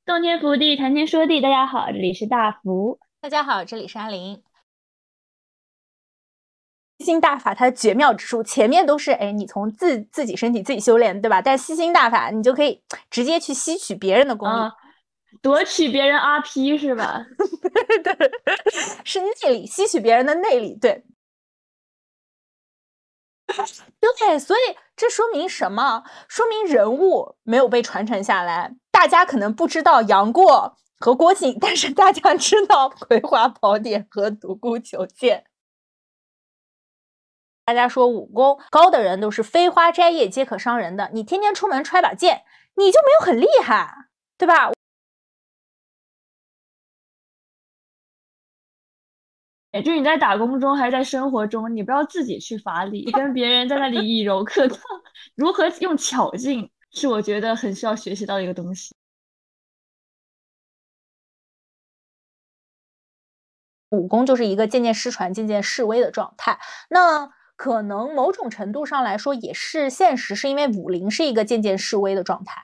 洞天福地，谈天说地，大家好，这里是大福。 大家好，这里是阿林。吸星大法它的绝妙之处，前面都是你从自己身体自己修炼，对吧？但吸星大法你就可以直接去吸取别人的功力， 啊，夺取别人 RP 是吧？ 对，是内力，吸取别人的内力，对。对，所以这说明什么？说明人物没有被传承下来。大家可能不知道杨过和郭靖，但是大家知道葵花宝典和独孤求剑。大家说武功高的人都是飞花摘叶皆可伤人的，你天天出门揣把剑，你就没有很厉害，对吧？ 就是你在打工中还是在生活中，你不要自己去发力，跟别人在那里以柔克刚，如何用巧劲，是我觉得很需要学习到的一个东西。 武功就是一个渐渐失传、渐渐式微的状态。那可能某种程度上来说也是现实，是因为武林是一个渐渐式微的状态。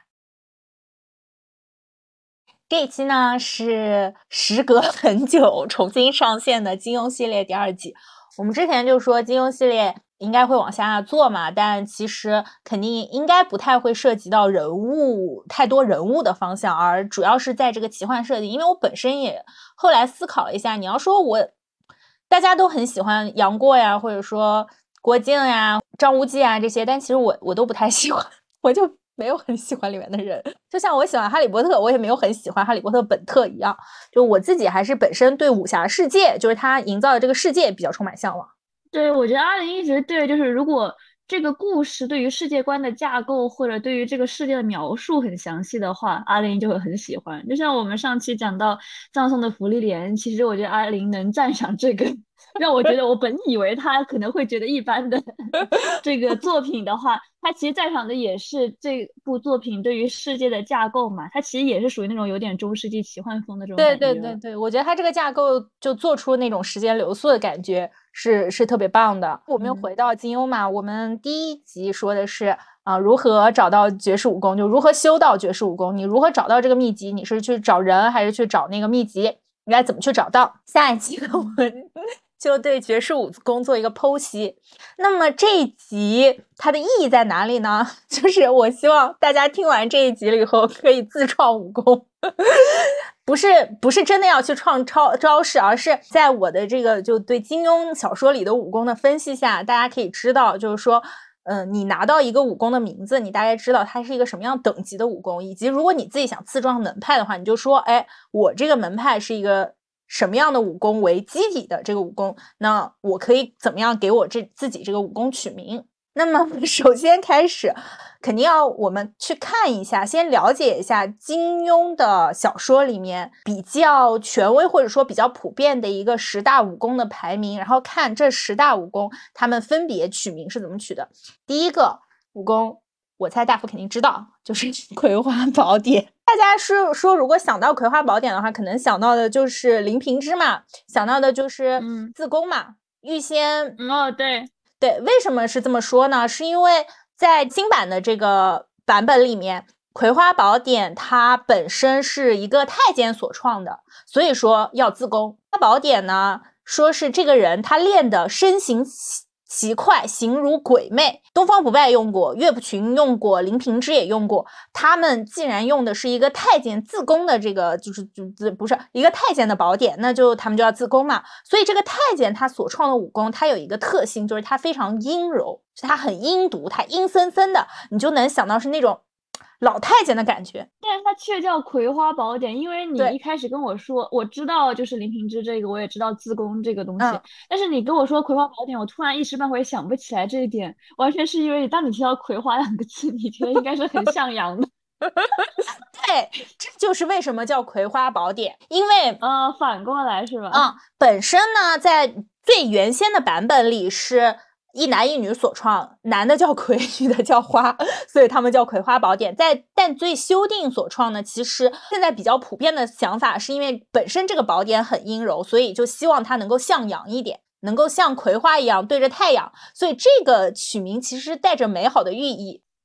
这一期呢是时隔很久重新上线的金庸系列第2季。我们之前就说金庸系列应该会往下做嘛，但其实肯定应该不太会涉及到太多人物的方向，而主要是在这个奇幻设定。因为我本身也后来思考了一下，你要说大家都很喜欢杨过呀，或者说郭靖呀、张无忌啊这些，但其实我都不太喜欢，我就没有很喜欢里面的人。就像我喜欢哈利波特，我也没有很喜欢哈利波特本特一样，就我自己还是本身对武侠世界，就是他营造的这个世界比较充满向往。 对，我觉得阿林一直对，就是如果这个故事对于世界观的架构或者对于这个世界的描述很详细的话，阿林就会很喜欢。就像我们上期讲到葬送的芙莉莲，其实我觉得阿林能赞赏这个，让我觉得我本以为他可能会觉得一般的这个作品的话，他其实赞赏的也是这部作品对于世界的架构嘛，它其实也是属于那种有点中世纪奇幻风的这种对感觉了。 对对对，我觉得它这个架构就做出那种时间流速的感觉是特别棒的。我们又回到金庸嘛，我们第1集说的是如何找到绝世武功，就如何修到绝世武功，你如何找到这个秘籍，你是去找人还是去找那个秘籍，应该怎么去找到。下一集呢，我们就对绝世武功做一个剖析。那么这一集它的意义在哪里呢？就是我希望大家听完这一集了以后可以自创武功。不是真的要去创招式，而是在我的这个就对金庸小说里的武功的分析下，大家可以知道，就是说，你拿到一个武功的名字，你大概知道它是一个什么样等级的武功，以及如果你自己想自创门派的话，你就说，哎，我这个门派是一个什么样的武功为基底的这个武功，那我可以怎么样给我自己这个武功取名？那么首先开始肯定要我们去看一下，先了解一下金庸的小说里面比较权威或者说比较普遍的一个10大武功的排名，然后看这10大武功他们分别取名是怎么取的。第一个武功我猜大夫肯定知道，就是葵花宝典。大家是说如果想到葵花宝典的话，可能想到的就是林平之嘛，想到的就是自宫嘛，玉仙。 哦，对。 对，为什么是这么说呢？是因为在新版的这个版本里面，葵花宝典它本身是一个太监所创的，所以说要自宫。宝典呢，说是这个人他练的身形奇快，形如鬼魅。东方不败用过，岳不群用过，林平之也用过。他们既然用的是一个太监自宫的这个，不是一个太监的宝典，那就他们就要自宫嘛。所以这个太监他所创的武功，它有一个特性，就是它非常阴柔，它很阴毒，它阴森森的，你就能想到是那种老太监的感觉。 但是它却叫葵花宝典，因为你一开始跟我说，我知道就是林平之这个，我也知道自宫这个东西，但是你跟我说葵花宝典，我突然一时半会想不起来这一点，完全是因为当你提到葵花2个字，你觉得应该是很向阳的。 对，这就是为什么叫葵花宝典，因为反过来是吧？ 本身呢，在最原先的版本里是一男一女所创，男的叫葵，女的叫花，所以他们叫葵花宝典。但最修订所创呢，其实现在比较普遍的想法是因为本身这个宝典很阴柔，所以就希望它能够向阳一点，能够像葵花一样对着太阳，所以这个取名其实带着美好的寓意。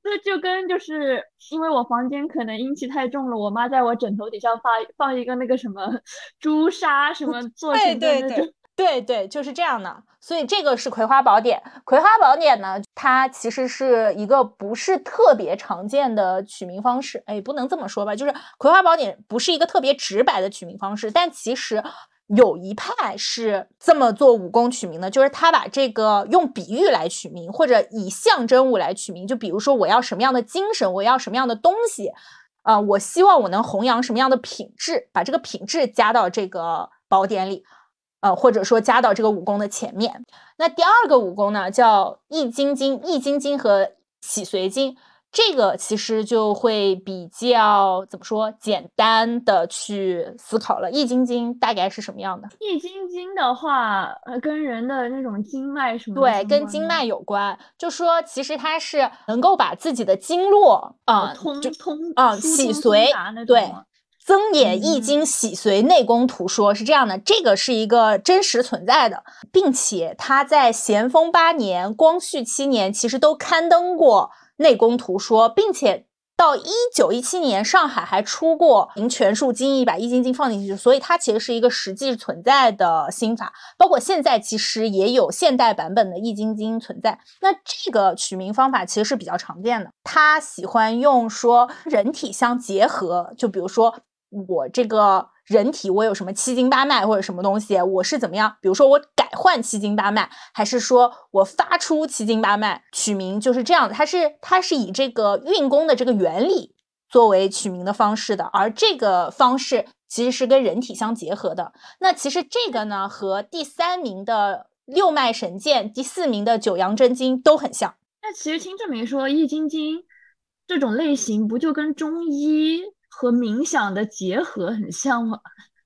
这就跟就是因为我房间可能阴气太重了，我妈在我枕头底下放一个那个什么朱砂什么做对成的那种。 对对对对，就是这样的。所以这个是葵花宝典。葵花宝典呢，它其实是一个不是特别常见的取名方式。哎，不能这么说吧，就是葵花宝典不是一个特别直白的取名方式，但其实有一派是这么做武功取名的，就是他把这个用比喻来取名，或者以象征物来取名。就比如说我要什么样的精神，我要什么样的东西，我希望我能弘扬什么样的品质，把这个品质加到这个宝典里。或者说加到这个武功的前面。那第二个武功呢，叫易筋经。易筋经和洗髓经，这个其实就会比较怎么说简单的去思考了。易筋经大概是什么样的？ 易筋经的话，跟人的那种经脉什么的对， 相关吗？ 跟经脉有关。就说其实它是能够把自己的经络疏通通洗髓， 达那种对。 吗？ 增也易经洗髓内功图说是这样的，这个是一个真实存在的，并且他在咸丰8年、光绪7年其实都刊登过内功图说，并且到1917年上海还出过《明全术经义》，把易筋经放进去，所以它其实是一个实际存在的心法。包括现在其实也有现代版本的易筋经存在。那这个取名方法其实是比较常见的，他喜欢用说人体相结合，就比如说我这个人体我有什么七经八脉或者什么东西，我是怎么样，比如说我改换七经八脉，还是说我发出七经八脉，取名就是这样的。它是以这个运功的这个原理作为取名的方式的，而这个方式其实是跟人体相结合的。那其实这个呢和第3名的六脉神剑，第4名的九阳真经都很像。 那其实听这么一说，易筋经这种类型不就跟中医和冥想的结合很像吗？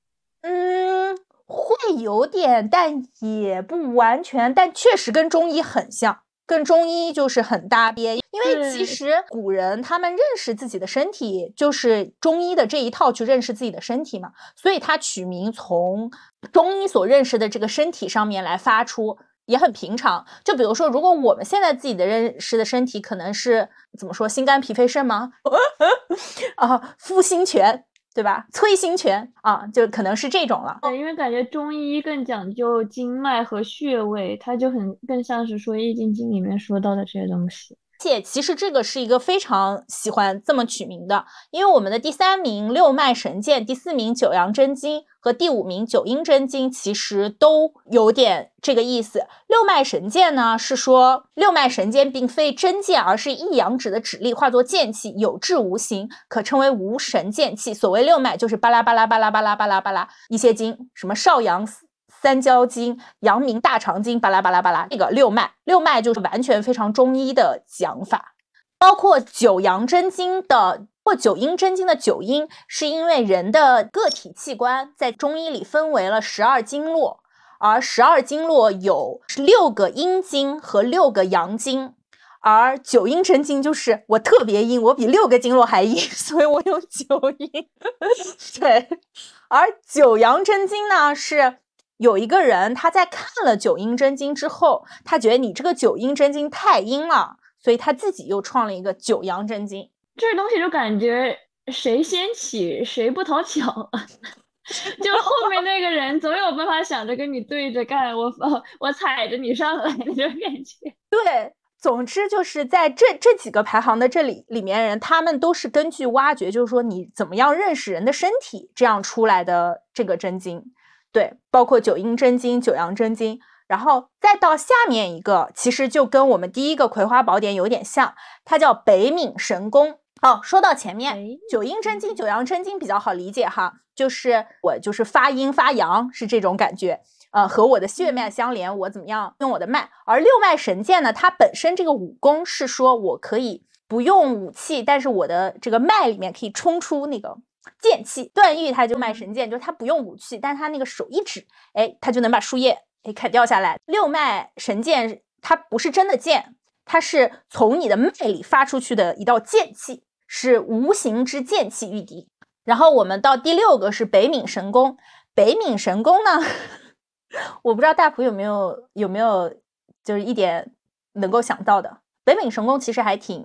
会有点，但也不完全，但确实跟中医很像，跟中医就是很搭边。因为其实古人他们认识自己的身体，就是中医的这一套去认识自己的身体嘛，所以他取名从中医所认识的这个身体上面来发出。也很平常，就比如说，如果我们现在自己的认识的身体可能是怎么说，心肝脾肺肾吗？复心拳，对吧？催心拳啊，就可能是这种了。 对，因为感觉中医更讲究经脉和穴位，它就更像是说《易筋经》里面说到的这些东西。 且其实这个是一个非常喜欢这么取名的，因为我们的第3名六脉神剑，第4名九阳真经和第5名九阴真经其实都有点这个意思。六脉神剑呢是说六脉神剑并非真剑，而是一阳指的指力化作剑气，有质无形，可称为无神剑气。所谓六脉就是巴拉巴拉巴拉巴拉巴拉巴拉一些经，什么少阳三焦经、阳明大肠经，巴拉巴拉巴拉，这个六脉就是完全非常中医的讲法。包括九阳真经的或九阴真经的九阴，是因为人的个体器官在中医里分为了12经络，而12经络有6个阴经和6个阳经。而九阴真经就是我特别阴，我比6个经络还阴，所以我有九阴。对，而九阳真经呢是有一个人他在看了九阴真经之后，他觉得你这个九阴真经太阴了，所以他自己又创了一个九阳真经。 这东西就感觉谁先起谁不讨巧，就后面那个人总有办法想着跟你对着干，我踩着你上来那种感觉。 对，总之就是在这几个排行的里面人，他们都是根据挖掘，就是说你怎么样认识人的身体这样出来的这个真经。对，包括九阴真经、九阳真经，然后再到下面一个，其实就跟我们第一个葵花宝典有点像，它叫北冥神功。说到前面，九阴真经、九阳真经比较好理解哈，就是我就是发阴发阳是这种感觉。和我的血脉相连，我怎么样用我的脉？而六脉神剑呢，它本身这个武功是说我可以不用武器，但是我的这个脉里面可以冲出那个剑气。段誉他就卖神剑，就是他不用武器，但他那个手一指，哎，他就能把树叶砍掉下来。六脉神剑它不是真的剑，它是从你的脉里发出去的一道剑气，是无形之剑气御敌。然后我们到第6个是北冥神功。北冥神功呢我不知道大普有没有就是一点能够想到的。北冥神功其实还挺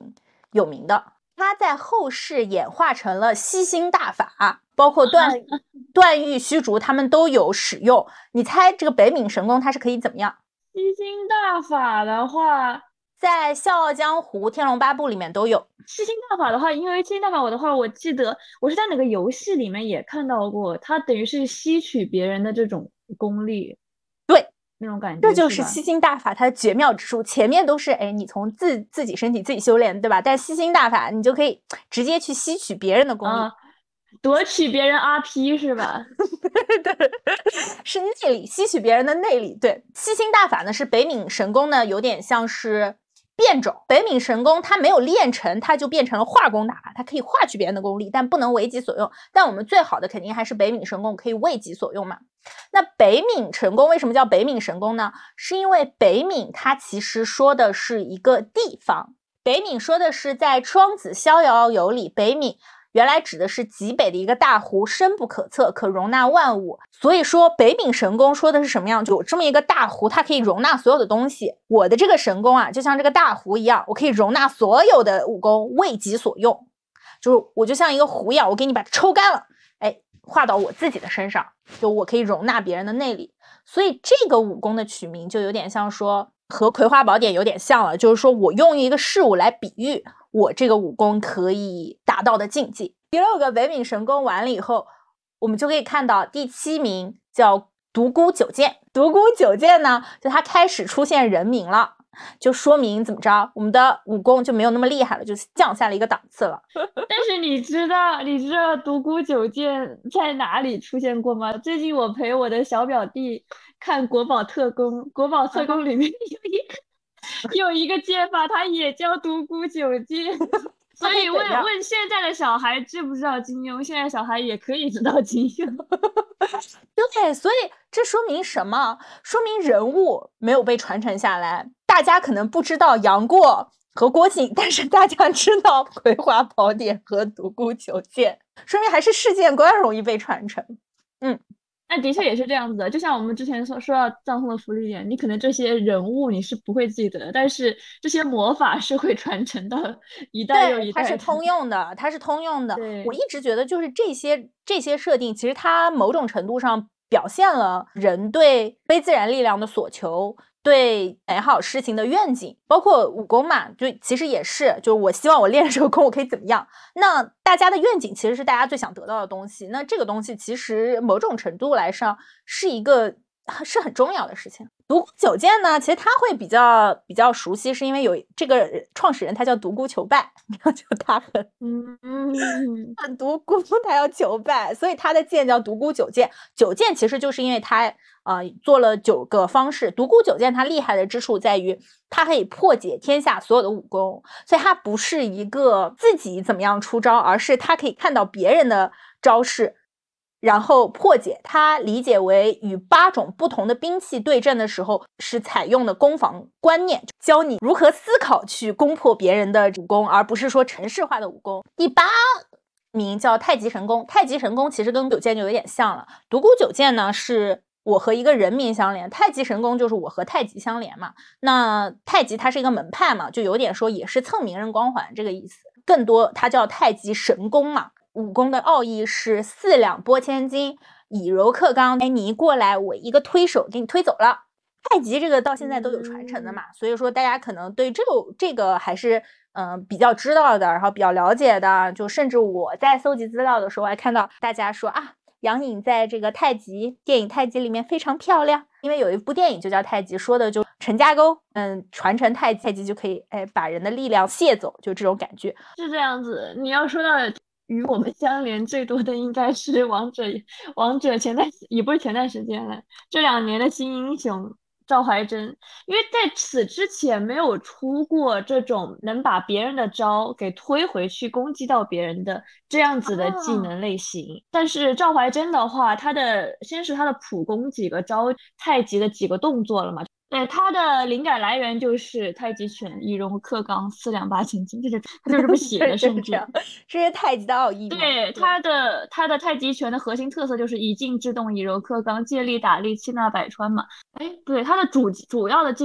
有名的。它在后世演化成了吸星大法，包括段誉、虚竹他们都有使用。你猜这个北冥神功它是可以怎么样？ 吸星大法的话， 在《笑傲江湖》《天龙八部》里面都有。 吸星大法的话，因为吸星大法的话，我记得我是在哪个游戏里面也看到过，它等于是吸取别人的这种功力， 对， 那种感觉， 这就是吸星大法它的绝妙之处。前面都是你从自己身体自己修炼，对吧？但吸星大法你就可以直接去吸取别人的功力， 夺取别人 RP 是吧？ 对，是内力，吸取别人的内力。对，吸星大法呢是北冥神功呢，有点像是变种。北冥神功它没有练成，它就变成了化功大法，它可以化取别人的功力，但不能为己所用。但我们最好的肯定还是北冥神功，可以为己所用嘛。那北冥神功为什么叫北冥神功呢？是因为北冥它其实说的是一个地方，北冥说的是在《庄子逍遥游》里，北冥原来指的是极北的一个大湖，深不可测，可容纳万物。所以说北冥神功说的是什么样？就有这么一个大湖，它可以容纳所有的东西。我的这个神功啊，就像这个大湖一样，我可以容纳所有的武功，为己所用。就是我就像一个湖一样，我给你把它抽干了，化到我自己的身上，就我可以容纳别人的内力。所以这个武功的取名就有点像说和葵花宝典有点像了，就是说我用一个事物来比喻我这个武功可以达到的境界。第6个北冥神功完了以后，我们就可以看到第7名叫独孤九剑。独孤九剑呢，就它开始出现人名了，就说明怎么着，我们的武功就没有那么厉害了，就降下了一个档次了。 但是你知道独孤九剑在哪里出现过吗？最近我陪我的小表弟看国宝特工，国宝特工里面有一个剑法，它也叫独孤九剑。所以问现在的小孩知不知道金庸，现在小孩也可以知道金庸。 对，所以这说明什么？说明人物没有被传承下来。大家可能不知道杨过和郭靖，但是大家知道葵花宝典和独孤九剑，说明还是世界观容易被传承。 那的确也是这样子的，就像我们之前说到葬送的芙莉莲，你可能这些人物你是不会记得，但是这些魔法是会传承到一代又一代的。 它是通用的，它是通用的。我一直觉得就是这些设定，其实它某种程度上表现了人对非自然力量的所求，对美好事情的愿景，包括武功嘛，就其实也是，就是我希望我练了这个功我可以怎么样。那大家的愿景其实是大家最想得到的东西，那这个东西其实某种程度来上是很重要的事情。独孤九剑呢，其实他会比较熟悉，是因为有这个创始人他叫独孤求败，就他很独孤，他要求败，所以他的剑叫独孤九剑。九剑其实就是因为他做了9个方式。独孤九剑它厉害的之处在于它可以破解天下所有的武功，所以它不是一个自己怎么样出招，而是它可以看到别人的招式然后破解。它理解为与8种不同的兵器对阵的时候是采用的攻防观念，教你如何思考去攻破别人的武功，而不是说程式化的武功。第8名叫太极神功。太极神功其实跟九剑就有点像了。独孤九剑呢是我和一个人名相连，太极神功就是我和太极相连嘛。那太极它是一个门派嘛，就有点说也是蹭名人光环这个意思，更多它叫太极神功嘛。武功的奥义是4两拨千斤，以柔克刚。你一过来，我一个推手给你推走了。太极这个到现在都有传承的嘛，所以说大家可能对这个还是比较知道的，然后比较了解的。就甚至我在搜集资料的时候，还看到大家说啊，杨颖在这个电影《太极》里面非常漂亮，因为有一部电影就叫《太极》，说的就陈家沟传承太极就可以把人的力量卸走，就这种感觉是这样子。你要说到与我们相连最多的应该是王者也不是前段时间了，这2年的新英雄赵怀真，因为在此之前没有出过这种能把别人的招给推回去攻击到别人的这样子的技能类型。但是赵怀真的话，先是他的普攻几个招，太极的几个动作了嘛。对，它的灵感来源就是太极拳以柔克刚，4两8千斤，他就这么写的，甚至这是太极的奥义。 对，他的太极拳的核心特色就是以静制动，以柔克刚，借力打力，气纳百川嘛。不对，他的主要的技能就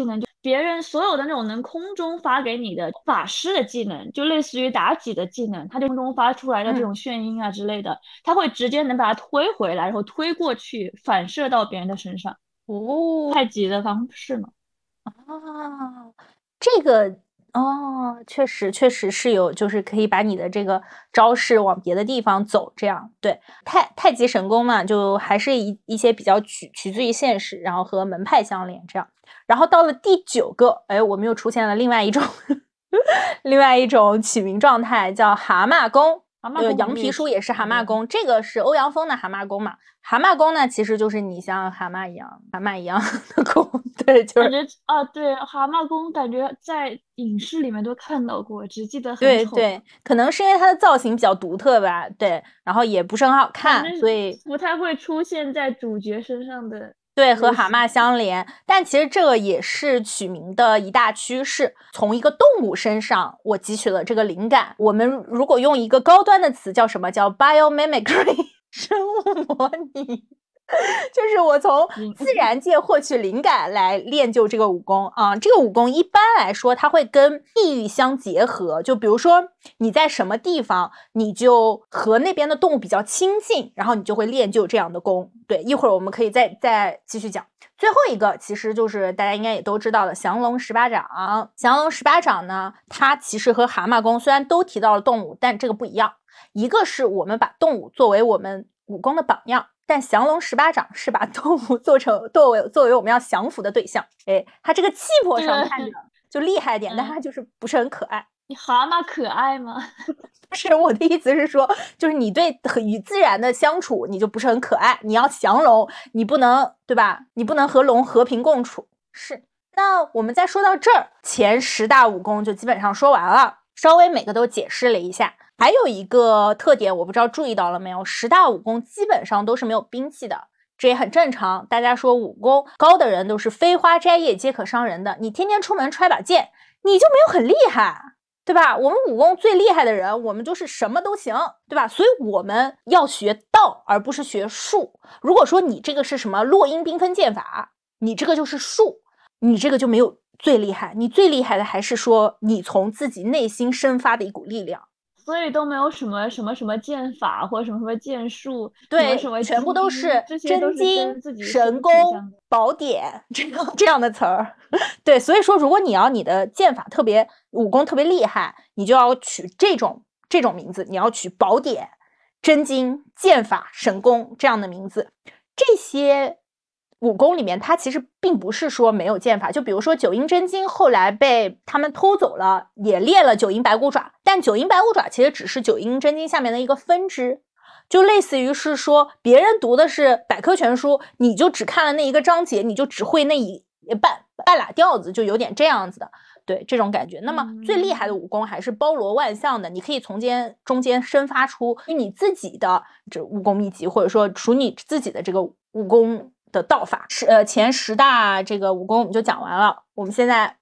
别人所有的那种能空中发给你的法师的技能，就类似于妲己的技能，他就空中发出来的这种眩晕啊之类的，他会直接能把它推回来，然后推过去，反射到别人的身上。 哦太极的方式嘛。 啊，这个确实是有，就是可以把你的这个招式往别的地方走，这样对。太极神功嘛，就还是一些比较取自于现实，然后和门派相连这样。然后到了第9个，哎，我们又出现了另外一种另外一种起名状态，叫蛤蟆功。 蛤蟆功羊皮书也是蛤蟆功，这个是欧阳锋的蛤蟆功嘛？蛤蟆功呢，其实就是你像蛤蟆一样的功，对，就是感觉啊，对，蛤蟆功感觉在影视里面都看到过，只记得很丑。 对对，可能是因为它的造型比较独特吧，对，然后也不是很好看，所以不太会出现在主角身上的。 对，和蛤蟆相连。但其实这个也是取名的一大趋势，从一个动物身上我汲取了这个灵感。我们如果用一个高端的词叫什么，叫 biomimicry 生物模拟。就是我从自然界获取灵感来练就这个武功啊。这个武功一般来说它会跟地域相结合，就比如说你在什么地方，你就和那边的动物比较亲近，然后你就会练就这样的功。对，一会儿我们可以再继续讲。最后一个其实就是大家应该也都知道的降龙十八掌。降龙十八掌呢，它其实和蛤蟆功虽然都提到了动物，但这个不一样。一个是我们把动物作为我们武功的榜样，但降龙十八掌是把动物作为我们要降服的对象。哎，它这个气魄上看着就厉害点，但它就是不是很可爱。 你蛤蟆可爱吗？ 不是，我的意思是说，就是你对与自然的相处，你就不是很可爱。你要降龙，你不能，对吧？你不能和龙和平共处。是。那我们再说到这儿，前10大武功就基本上说完了，稍微每个都解释了一下。还有一个特点，我不知道注意到了没有，10大武功基本上都是没有兵器的，这也很正常。大家说武功高的人都是飞花摘叶皆可伤人的，你天天出门揣把剑，你就没有很厉害，对吧？我们武功最厉害的人，我们就是什么都行，对吧？所以我们要学道，而不是学术。如果说你这个是什么落英缤纷剑法，你这个就是术，你这个就没有最厉害。你最厉害的还是说你从自己内心生发的一股力量。 所以都没有什么剑法或者什么剑术， 对， 什么全部都是这些都是真经、 跟自己神功、宝典这样的词儿。对，所以说如果你要你的剑法特别，武功特别厉害，你就要取这种名字，你要取宝典、真经、剑法、神功这样的名字。这些武功里面它其实并不是说没有剑法，就比如说九阴真经后来被他们偷走了，也练了九阴白骨爪，但九阴白骨爪其实只是九阴真经下面的一个分支，就类似于是说别人读的是百科全书，你就只看了那一个章节，你就只会那半拉调子，就有点这样子的，对，这种感觉。那么最厉害的武功还是包罗万象的，你可以从中间生发出你自己的这武功秘籍，或者说属你自己的这个武功的道法。前10大这个武功我们就讲完了，我们现在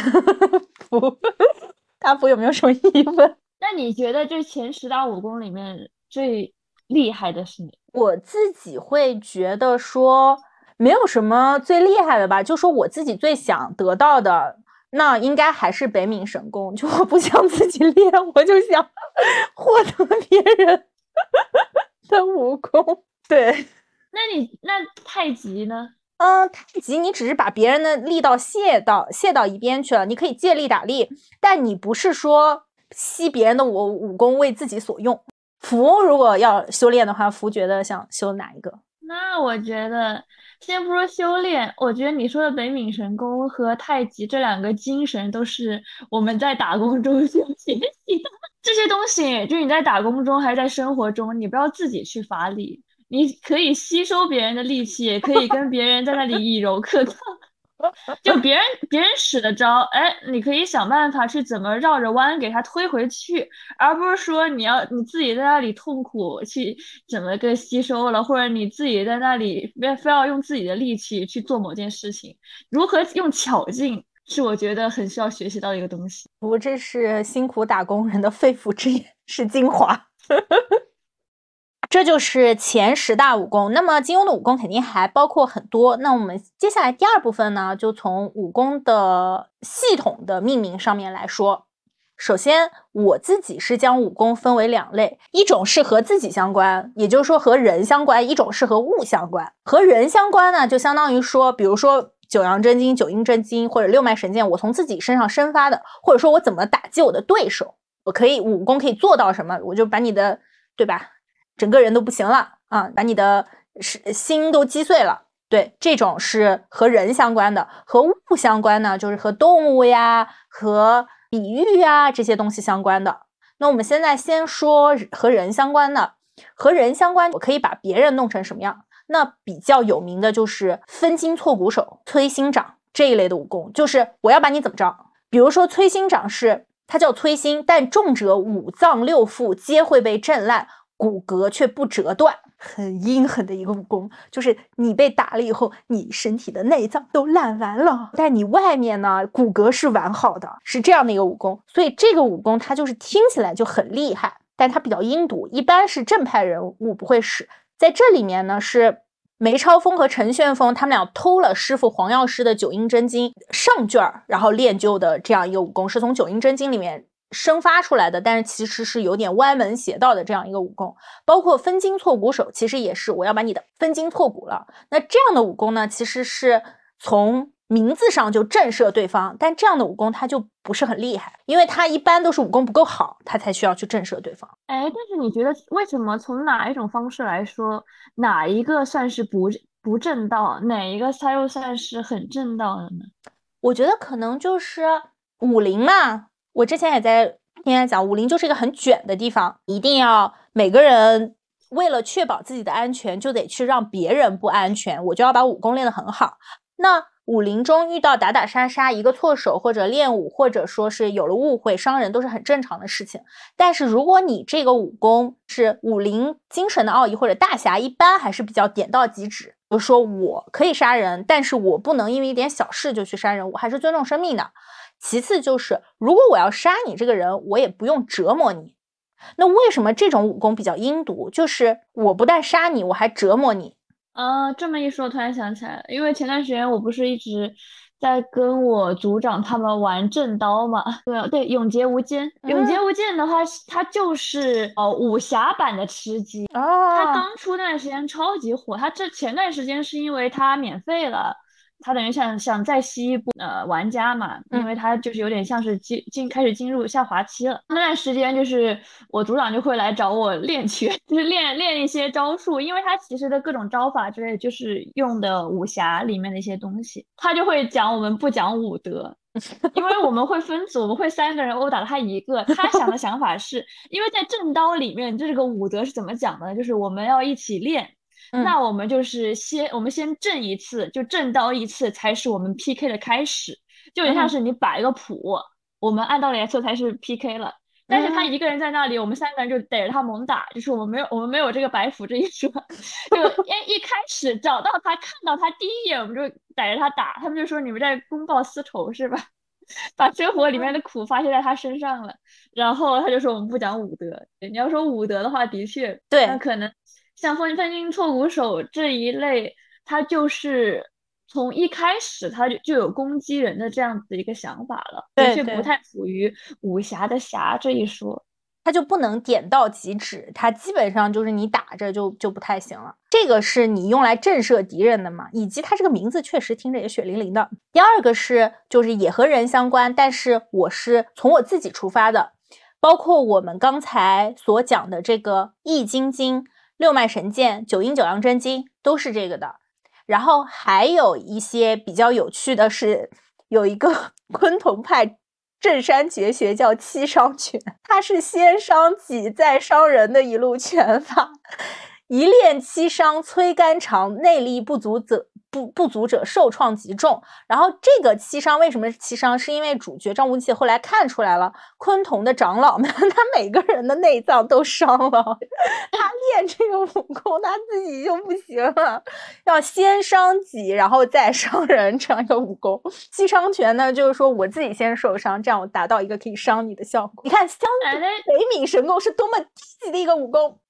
大福有没有什么疑问？ 那你觉得这前10大武功里面最厉害的是哪？ 我自己会觉得说没有什么最厉害的吧，就说我自己最想得到的，那应该还是北冥神功。就我不想自己练，我就想获得别人的武功。对， 那太极呢？ 太极你只是把别人的力道卸到一边去了，你可以借力打力，但你不是说吸别人的武功为自己所用。福如果要修炼的话，福觉得想修哪一个？ 那我觉得，先不说修炼，我觉得你说的北冥神功和太极这2个精神都是我们在打工中学习的。这些东西，就是你在打工中还是在生活中，你不要自己去发力，你可以吸收别人的力气，也可以跟别人在那里以柔克刚。就别人使的招，哎，你可以想办法去怎么绕着弯给他推回去，而不是说你自己在那里痛苦去怎么个吸收了，或者你自己在那里非要用自己的力气去做某件事情，如何用巧劲是我觉得很需要学习到的一个东西。 这是辛苦打工人的肺腑之言，是精华。 这就是前10大武功。那么金庸的武功肯定还包括很多，那我们接下来第2部分呢，就从武功的系统的命名上面来说。首先我自己是将武功分为2类，一种是和自己相关，也就是说和人相关，一种是和物相关。和人相关呢，就相当于说比如说九阳真经、九阴真经或者六脉神剑，我从自己身上生发的，或者说我怎么打击我的对手，我可以武功可以做到什么，我就把你的，对吧，整个人都不行了啊，把你的心都击碎了。对，这种是和人相关的。和物相关呢，就是和动物呀、和比喻呀这些东西相关的。那我们现在先说和人相关的。和人相关，我可以把别人弄成什么样？那比较有名的就是分筋错骨手、摧心掌这一类的武功，就是我要把你怎么着？比如说摧心掌是它叫摧心，但重者5脏6腑皆会被震烂，骨骼却不折断，很阴狠的一个武功。就是你被打了以后，你身体的内脏都烂完了，但你外面呢骨骼是完好的，是这样的一个武功。所以这个武功它就是听起来就很厉害，但它比较阴毒，一般是正派人物不会使。在这里面呢，是梅超风和陈旋风他们俩偷了师傅黄药师的九阴真经上卷，然后练就的这样一个武功，是从九阴真经里面生发出来的，但是其实是有点歪门邪道的这样一个武功。包括分筋错骨手，其实也是我要把你的分筋错骨了。那这样的武功呢，其实是从名字上就震慑对方，但这样的武功它就不是很厉害，因为它一般都是武功不够好，它才需要去震慑对方。 哎，但是你觉得为什么从哪一种方式来说，哪一个算是不正道，哪一个它又算是很正道的呢？ 我觉得可能就是武林嘛，我之前也在听人讲，武林就是一个很卷的地方，一定要每个人为了确保自己的安全，就得去让别人不安全，我就要把武功练得很好。那武林中遇到打打杀杀，一个错手或者练武，或者说是有了误会伤人，都是很正常的事情。但是如果你这个武功是武林精神的奥义或者大侠，一般还是比较点到即止，比如说我可以杀人，但是我不能因为一点小事就去杀人，我还是尊重生命的。其次就是如果我要杀你这个人，我也不用折磨你。那为什么这种武功比较阴毒？就是我不但杀你，我还折磨你。 这么一说，突然想起来了，因为前段时间我不是一直在跟我组长他们玩正刀嘛，对对，永劫无间，永劫无间的话，它就是武侠版的吃鸡，它刚出那段时间超级火，它这前段时间是因为它免费了。他等于想再吸一波玩家嘛，因为他就是有点像是开始进入下滑期了。那段时间就是我组长就会来找我练拳，就是练一些招数，因为他其实的各种招法之类就是用的武侠里面的一些东西。他就会讲我们不讲武德，因为我们会分组，我们会3个人殴打他一个。他想的想法是因为在正刀里面这个武德是怎么讲的，就是我们要一起练。那我们就是我们先正一次，就正刀一次才是我们 PK 的开始，就有点像是你摆一个谱，我们按道理来说才是 PK 了。但是他一个人在那里，我们3个人就逮着他猛打，就是我们没有这个摆谱这一说，就一开始找到他，看到他第一眼，我们就逮着他打，他们就说你们在公报私仇是吧？把生活里面的苦发泄在他身上了，然后他就说我们不讲武德。你要说武德的话，的确， 对， 那可能像分筋错骨手这一类，他就是从一开始他就有攻击人的这样子一个想法了，的确不太符于武侠的侠这一说。 它就不能点到即止，它基本上就是你打着就不太行了。这个是你用来震慑敌人的嘛，以及它这个名字确实听着也血淋淋的。第二个是就是也和人相关，但是我是从我自己出发的，包括我们刚才所讲的这个易筋经、六脉神剑、九阴九阳真经都是这个的。然后还有一些比较有趣的是，有一个崑崙派镇山绝学叫七伤拳，它是先伤己再伤人的一路拳法。一练七伤，摧肝肠，内力不足者受创极重。然后这个七伤为什么是七伤？是因为主角张无忌后来看出来了，崑崙的长老们他每个人的内脏都伤了，他练这个武功他自己就不行了，要先伤己然后再伤人，这样一个武功。七伤拳呢，就是说我自己先受伤，这样我达到一个可以伤你的效果。你看相比北冥神功是多么低级的一个武功。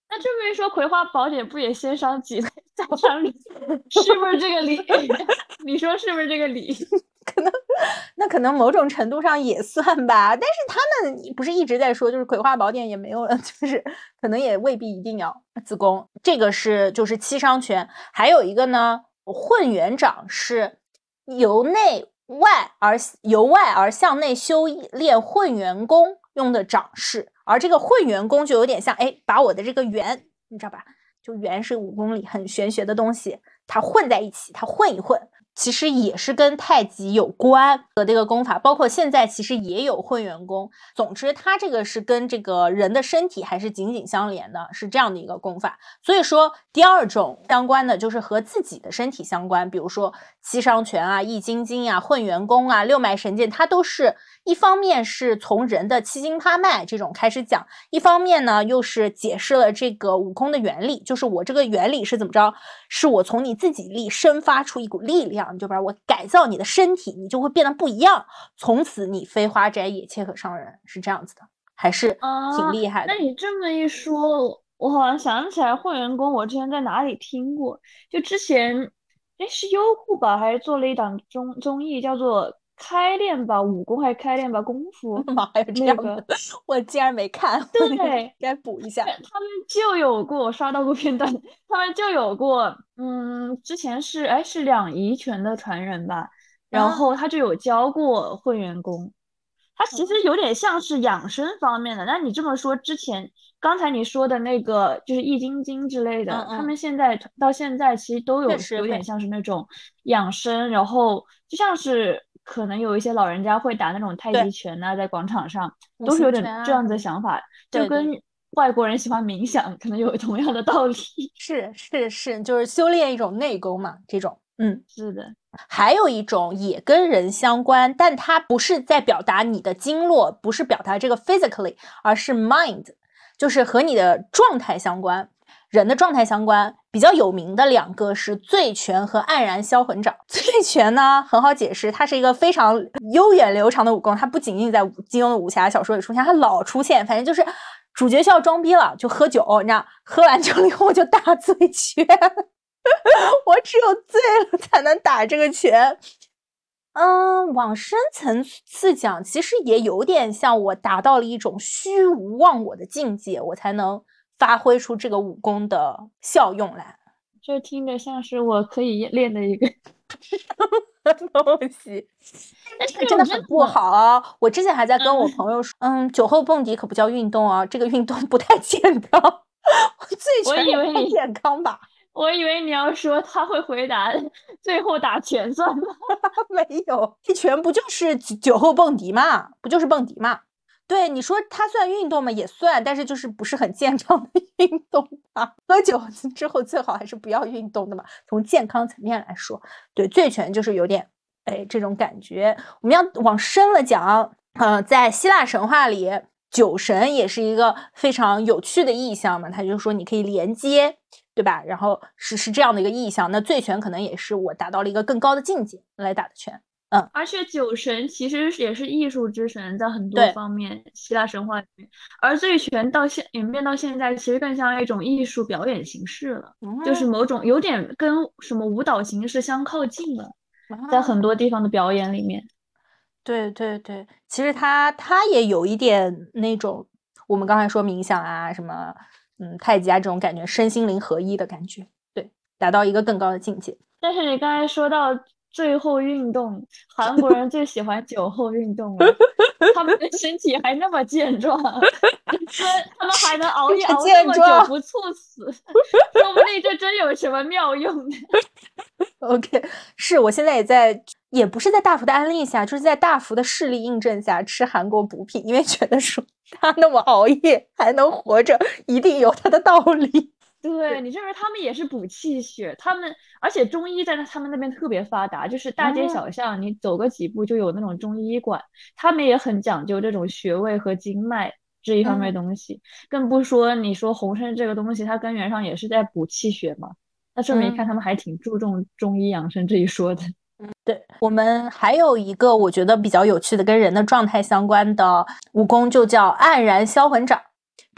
那这么一说，《葵花宝典》不也先伤己再伤理，是不是这个理？你说是不是这个理？ 那可能某种程度上也算吧，但是他们不是一直在说，就是葵花宝典也没有了，就是可能也未必一定要子宫。这个是就是七伤拳，还有一个呢，混元掌是由外而向内修炼混元功用的掌式，而这个混元功就有点像，哎，把我的这个元，你知道吧？就元是武功里很玄学的东西，它混在一起，它混一混。其实也是跟太极有关的这个功法，包括现在其实也有混元功。总之，它这个是跟这个人的身体还是紧紧相连的，是这样的一个功法。所以说，第二种相关的就是和自己的身体相关，比如说七伤拳啊、易筋经啊、混元功啊、六脉神剑，它都是一方面是从人的七经八脉这种开始讲，一方面呢又是解释了这个悟空的原理，就是我这个原理是怎么着，是我从你自己力生发出一股力量，你就把我改造你的身体，你就会变得不一样，从此你飞花摘叶，切可伤人，是这样子的，还是挺厉害的。 那你这么一说，我好像想起来混元功，我之前在哪里听过？就之前，哎，是优酷吧，还是做了一档综艺，叫做《开练吧武功》还是《开练吧功夫》？ 妈，还有这样的， 那个， 我竟然没看，我对， 该补一下。 他们就有过，我刷到过片段，他们就有过，之前是两仪拳的传人吧，然啊， 后他就有教过混元功。它其实有点像是养生方面的。那你这么说，之前刚才你说的那个就是易筋经之类的，他们到现在其实都有点确实会， 像是那种养生，然后就像是可能有一些老人家会打那种太极对， 拳呐、在广场上五都是有行拳点这样子啊什么的， 的想法，就对对， 跟外国人喜欢冥想可能有同样的道理。 是，就是修炼一种内功嘛，这种， 是的， 还有一种也跟人相关，但它不是在表达你的经络，不是表达这个 physically，而是 mind，就是和你的状态相关，人的状态相关。比较有名的两个是醉拳和黯然销魂掌。醉拳呢很好解释，它是一个非常悠远流长的武功，它不仅仅在金庸的武侠小说里出现，它老出现，反正就是主角需要装逼了就喝酒，你知道，喝完酒以后就大醉拳。我只有醉了才能打这个拳。往深层次讲，其实也有点像我达到了一种虚无忘我的境界，我才能发挥出这个武功的效用来。 这听着像是我可以练的一个， 东西， 但是这个真的很不我觉得好啊！我之前还在跟我嗯， 朋友说，酒后蹦迪可不叫运动啊，这个运动不太健康。醉我拳也不太以为你健康吧？ 我以为你要说他会回答最后打拳算吗？ 没有，一拳不就是酒后蹦迪嘛？不就是蹦迪嘛？对，你说它算运动吗？也算，但是就是不是很健康的运动吧？喝酒之后最好还是不要运动的嘛。从健康层面来说，对，醉拳就是有点这种感觉。我们要往深了讲，在希腊神话里，酒神也是一个非常有趣的意象嘛。他就说你可以连接。对吧？然后是这样的一个意象，那醉拳可能也是我达到了一个更高的境界来打的拳。 而且酒神其实也是艺术之神，在很多对， 方面，希腊神话里面，而醉拳演变到现在，其实更像一种艺术表演形式了，就是某种有点跟什么舞蹈形式相靠近了，在很多地方的表演里面。 对对对，其实他也有一点那种我们刚才说冥想啊什么，太极啊这种感觉，身心灵合一的感觉，对，达到一个更高的境界。 但是你刚才说到最后运动，韩国人最喜欢酒后运动了，他们的身体还那么健壮，他们还能熬夜是熬这么久健壮不猝死，说不定这真有什么妙用呢。 ，OK，是我现在也不是在大幅的安利下，就是在大幅的事例印证下吃韩国补品，因为觉得说他那么熬夜还能活着，一定有他的道理。 对，你这说他们也是补气血，而且中医在他们那边特别发达，就是大街小巷你走个几步就有那种中医馆，他们也很讲究这种穴位和经脉这一方面的东西，更不说你说红参这个东西，它根源上也是在补气血嘛，那这么一看，他们还挺注重中医养生这一说的。 对，我们还有一个我觉得比较有趣的跟人的状态相关的武功，就叫黯然销魂掌。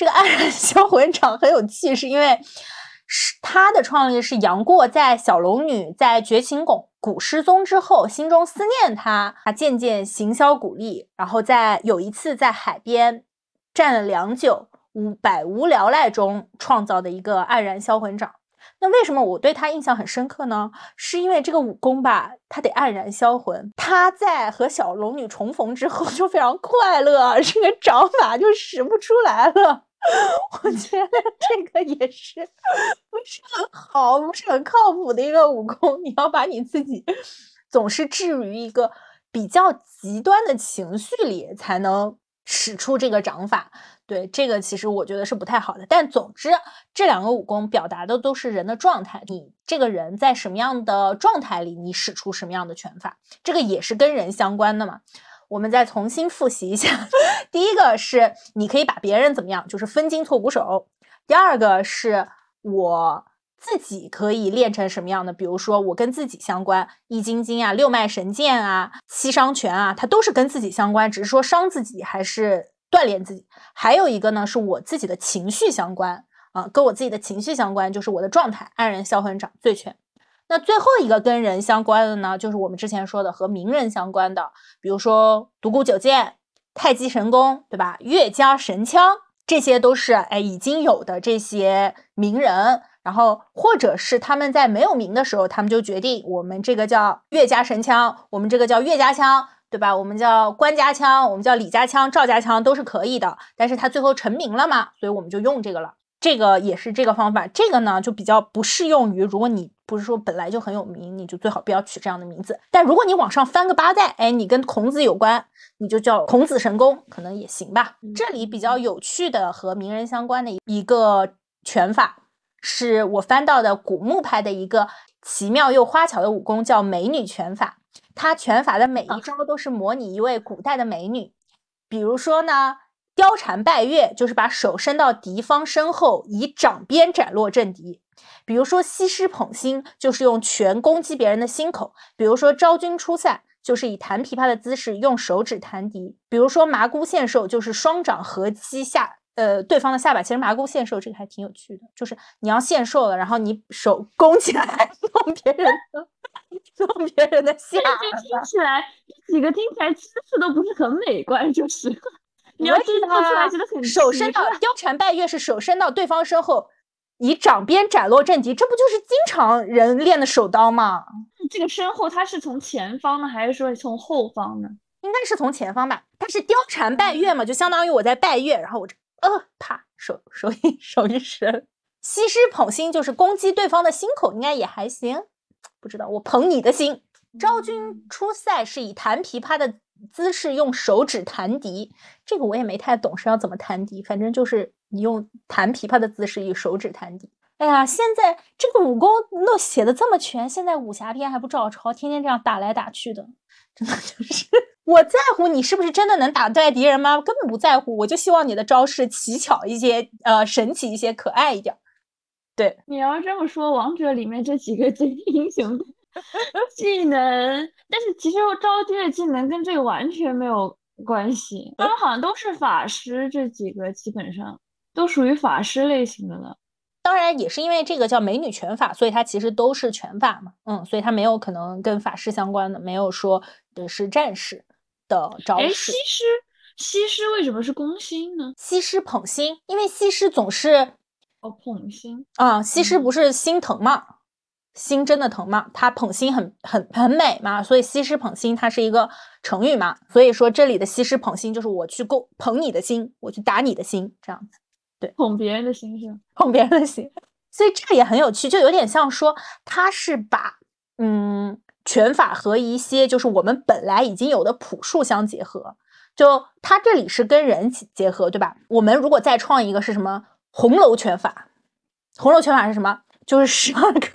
这个黯然销魂掌很有趣，是因为他的创立是杨过在小龙女在绝情谷失踪之后，心中思念他渐渐行销鼓励，然后有一次在海边站了良久，百无聊赖中创造的一个黯然销魂掌。那为什么我对他印象很深刻呢？是因为这个武功吧，他得黯然销魂。他在和小龙女重逢之后就非常快乐，这个掌法就使不出来了。我觉得这个也是不是很好，不是很靠谱的一个武功。你要把你自己总是置于一个比较极端的情绪里，才能使出这个掌法。对，这个其实我觉得是不太好的。但总之这两个武功表达的都是人的状态，你这个人在什么样的状态里，你使出什么样的拳法，这个也是跟人相关的嘛。我们再重新复习一下。第一个是你可以把别人怎么样，就是分筋错骨手。第二个是我自己可以练成什么样的，比如说我跟自己相关，易筋经啊、六脉神剑啊、七伤拳啊，它都是跟自己相关，只是说伤自己还是锻炼自己。还有一个呢是我自己的情绪相关跟我自己的情绪相关，就是我的状态，黯然销魂掌醉拳。那最后一个跟人相关的呢，就是我们之前说的和名人相关的，比如说独孤九剑、太极神功，对吧？岳家神枪，这些都是已经有的这些名人，然后或者是他们在没有名的时候，他们就决定我们这个叫岳家神枪，我们这个叫岳家枪，对吧？我们叫关家枪，我们叫李家枪、赵家枪都是可以的，但是他最后成名了嘛，所以我们就用这个了。这个也是这个方法，这个呢就比较不适用于如果你不是说本来就很有名，你就最好不要取这样的名字。但如果你往上翻个8代，你跟孔子有关，你就叫孔子神功，可能也行吧。这里比较有趣的和名人相关的一个拳法，是我翻到的古墓派的一个奇妙又花巧的武功，叫美女拳法。它拳法的每一招都是模拟一位古代的美女，比如说呢貂蝉拜月，就是把手伸到敌方身后，以掌鞭斩落阵敌。比如说西施捧心，就是用拳攻击别人的心口。比如说昭君出塞，就是以弹琵琶的姿势用手指弹敌。比如说麻姑献寿，就是双掌合击对方的下巴。其实麻姑献寿这个还挺有趣的，就是你要献寿了，然后你手弓起来弄别人的下巴。 听起来这几个听起来姿势都不是很美观，就是你要真做出来觉得很手伸到貂蝉拜月是手伸到对方身后，以掌鞭斩落阵敌，这不就是经常人练的手刀吗？ 这个身后它是从前方呢，还是说从后方呢？ 应该是从前方吧。它是貂蝉拜月嘛，就相当于我在拜月，然后我啪手一伸。西施捧心就是攻击对方的心口，应该也还行，不知道，我捧你的心。昭君出塞是以弹琵琶的姿势用手指弹笛，这个我也没太懂是要怎么弹笛，反正就是你用弹琵琶的姿势以手指弹笛。哎呀，现在这个武功都写的这么全，现在武侠片还不照抄，天天这样打来打去的，真的就是我在乎你是不是真的能打败敌人吗？根本不在乎，我就希望你的招式奇巧一些，神奇一些，可爱一点。对， 你要这么说，王者里面这几个英雄技能，但是其实昭君的技能跟这个完全没有关系，他们好像都是法师，这几个基本上都属于法师类型的了。 当然也是因为这个叫美女拳法，所以它其实都是拳法嘛，所以它没有可能跟法师相关的，没有说是战士的招式。 西施为什么是攻心呢？ 西施捧心，因为西施总是捧心西施不是心疼嘛，心真的疼嘛，她捧心很美嘛，所以西施捧心它是一个成语嘛，所以说这里的西施捧心就是我去捧你的心，我去打你的心，这样子。对， 捧别人的心是捧别人的心，所以这个也很有趣，就有点像说他是把拳法和一些就是我们本来已经有的朴术相结合，就他这里是跟人结合，对吧？我们如果再创一个是什么红楼拳法？红楼拳法是什么？就是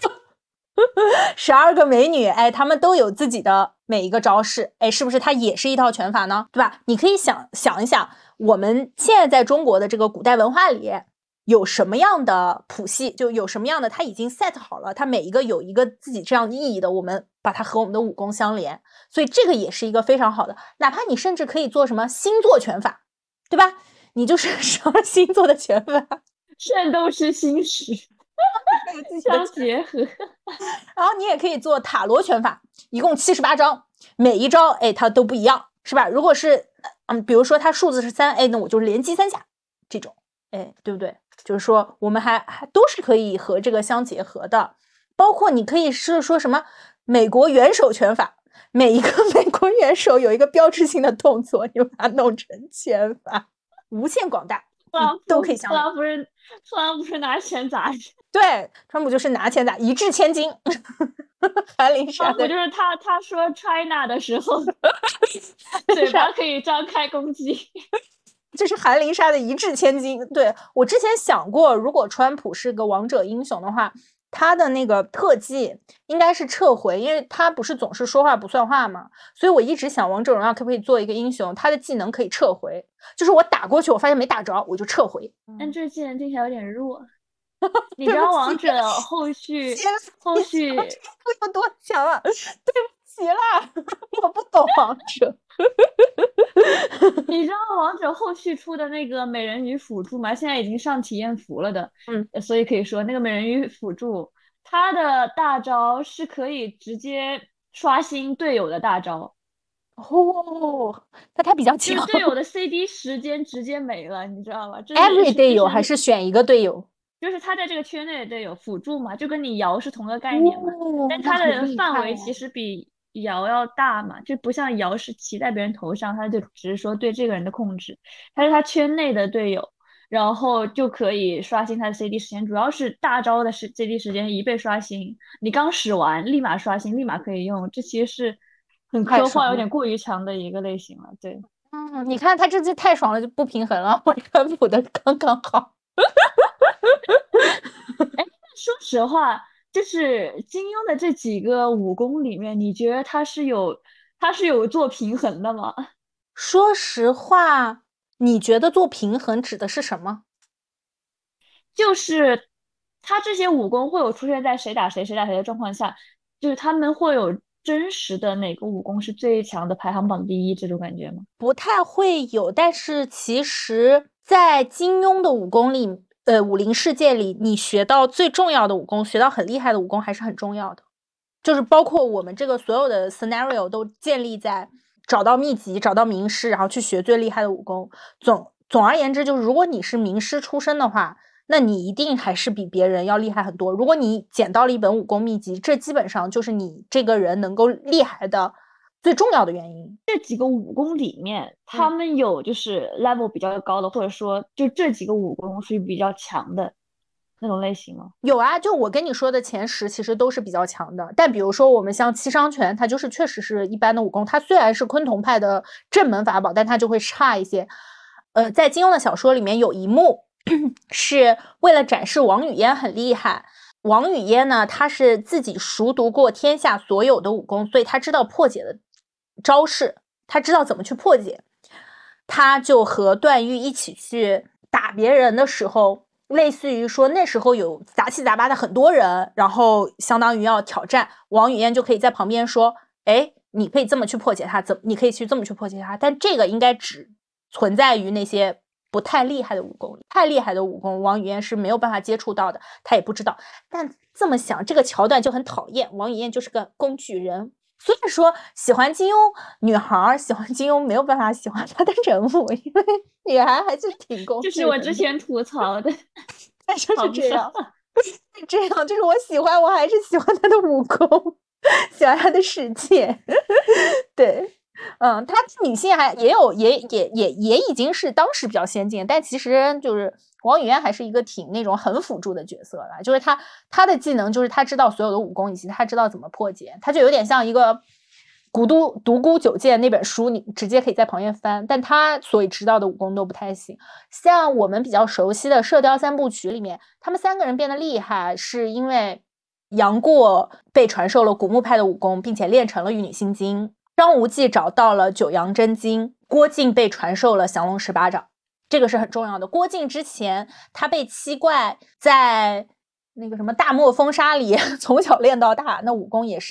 12个美女，她们都有自己的每一个招式，是不是它也是一套拳法呢？对吧？你可以想一想，我们现在在中国的这个古代文化里有什么样的谱系，就有什么样的它已经 set 好了，它每一个有一个自己这样意义的，我们把它和我们的武功相连，所以这个也是一个非常好的，哪怕你甚至可以做什么星座拳法，对吧？ 你就是12星座的拳法， 圣斗士星矢相结合。 然后你也可以做塔罗拳法，一共78招，每一招它都不一样，是吧？如果是比如说它数字是3，那我就连击3下，这种对不对？就是说我们还都是可以和这个相结合的，包括你可以是说什么美国元首拳法，每一个美国元首有一个标志性的动作，你把它弄成拳法，无限广大，都可以相连。 特朗普是拿钱砸人， 对，川普就是拿钱砸，一掷千金。韩林莎的，就是他说 China 的时候，嘴巴可以张开攻击。 这是韩林莎的一掷千金。对，我之前想过，如果川普是个王者英雄的话，他的那个特技应该是撤回，因为他不是总是说话不算话嘛，所以我一直想王者荣耀可不可以做一个英雄，他的技能可以撤回，就是我打过去我发现没打着我就撤回。 但这技能听起来有点弱。你知道王者后续有多强啊？对不起啦，我不懂王者。 你知道王者后续出的那个美人鱼辅助吗？现在已经上体验服了的。所以可以说那个美人鱼辅助，它的大招是可以直接刷新队友的大招。 那他比较强， 就是队友的 CD 时间直接没了，你知道吗 ？Every 队友还是选一个队友？ 就是他在这个圈内的队友辅助嘛，就跟你瑶是同个概念嘛。但他的范围其实比瑶要大嘛，就不像瑶是骑在别人头上，他就只是说对这个人的控制。他是他圈内的队友，然后就可以刷新他的 CD 时间，主要是大招的CD 时间一被刷新，你刚使完立马刷新，立马可以用。这其实是很科幻，有点过于强的一个类型了。对， 你看他这次太爽了，就不平衡了。我川普的刚刚好。 说实话，就是金庸的这几个武功里面，你觉得他是有做平衡的吗？ 说实话，你觉得做平衡指的是什么？ 就是他这些武功会有出现在谁打谁的状况下，就是他们会有真实的哪个武功是最强的排行榜第一这种感觉吗？ 不太会有，但是其实在金庸的武功里，武林世界里，你学到最重要的武功，学到很厉害的武功还是很重要的。就是包括我们这个所有的 scenario 都建立在找到秘籍、找到名师，然后去学最厉害的武功。总而言之，就是如果你是名师出身的话，那你一定还是比别人要厉害很多。如果你捡到了一本武功秘籍，这基本上就是你这个人能够厉害的最重要的原因。 这几个武功里面，他们有就是 level 比较高的，或者说就这几个武功属于比较强的那种类型吗？ 有啊，就我跟你说的前10其实都是比较强的。但比如说我们像七伤拳，它就是确实是一般的武功，它虽然是崑崙派的正门法宝，但它就会差一些。在金庸的小说里面有一幕是为了展示王语嫣很厉害。王语嫣呢，她是自己熟读过天下所有的武功，所以她知道破解的招式，她知道怎么去破解。她就和段誉一起去打别人的时候，类似于说那时候有杂七杂八的很多人，然后相当于要挑战，王语嫣就可以在旁边说，你可以这么去破解它，你可以去这么去破解它，但这个应该只存在于那些不太厉害的武功，太厉害的武功王语嫣是没有办法接触到的，她也不知道。但这么想，这个桥段就很讨厌，王语嫣就是个工具人。所以说喜欢金庸女孩喜欢金庸没有办法喜欢他的人物，因为女孩还是挺工具人的。 就是我之前吐槽的， 就是这样，这样就是我喜欢，我还是喜欢他的武功，喜欢他的世界。对，他女性也已经是当时比较先进，但其实就是王语嫣还是一个挺那种很辅助的角色了，就是他的技能就是他知道所有的武功，以及他知道怎么破解，他就有点像一个独孤九剑那本书，你直接可以在旁边翻，但他所以知道的武功都不太行。像我们比较熟悉的《射雕三部曲》里面，他们3个人变得厉害，是因为杨过被传授了古墓派的武功，并且练成了玉女心经。张无忌找到了九阳真经，郭靖被传授了降龙十八掌，这个是很重要的。郭靖之前他被七怪在那个什么大漠风沙里从小练到大，那武功也是